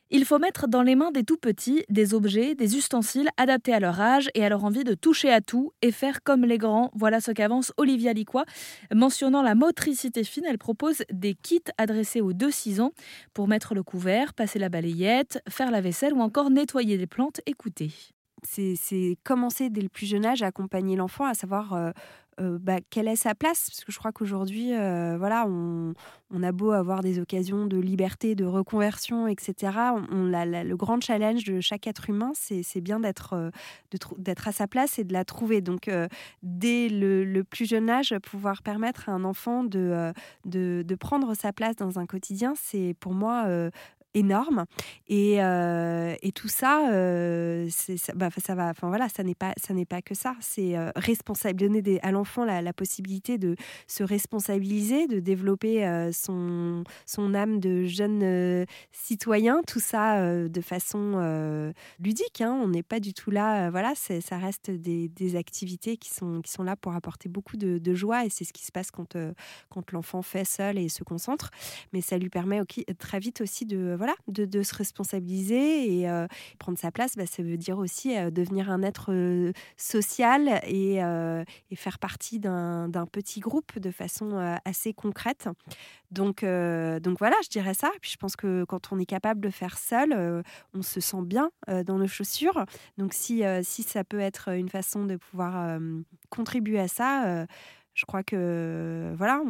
Il faut mettre dans les mains des tout-petits des objets, des ustensiles adaptés à leur âge et à leur envie de toucher à tout et faire comme les grands. Voilà ce qu'avance Olivia Licois. Mentionnant la motricité fine, elle propose des kits adressés aux 2-6 ans pour mettre le couvert, passer la balayette, faire la vaisselle ou encore nettoyer les plantes. Écoutez. C'est commencer dès le plus jeune âge à accompagner l'enfant, à savoir, quelle est sa place. Parce que je crois qu'aujourd'hui, voilà, on a beau avoir des occasions de liberté, de reconversion et cetera, le grand challenge de chaque être humain, c'est bien d'être à sa place et de la trouver. Donc, dès le plus jeune âge, pouvoir permettre à un enfant de prendre sa place dans un quotidien, c'est pour moi, énorme et tout ça, ça va, enfin voilà, ça n'est pas que ça, c'est donner à l'enfant la possibilité de se responsabiliser, de développer son âme de jeune citoyen, tout ça de façon ludique, hein. On n'est pas du tout là, voilà, ça reste des activités qui sont là pour apporter beaucoup de joie, et c'est ce qui se passe quand l'enfant fait seul et se concentre. Mais ça lui permet très vite aussi de se responsabiliser et prendre sa place. Ça veut dire aussi devenir un être social et faire partie d'un petit groupe de façon assez concrète. Donc voilà, je dirais ça. Puis je pense que quand on est capable de faire seul, on se sent bien dans nos chaussures. Donc si ça peut être une façon de pouvoir contribuer à ça, je crois que voilà,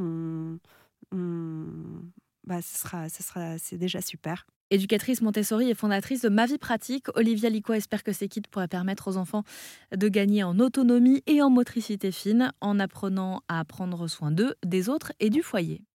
c'est déjà super. Éducatrice Montessori et fondatrice de Ma Vie Pratique, Olivia Licois espère que ces kits pourraient permettre aux enfants de gagner en autonomie et en motricité fine en apprenant à prendre soin d'eux, des autres et du foyer.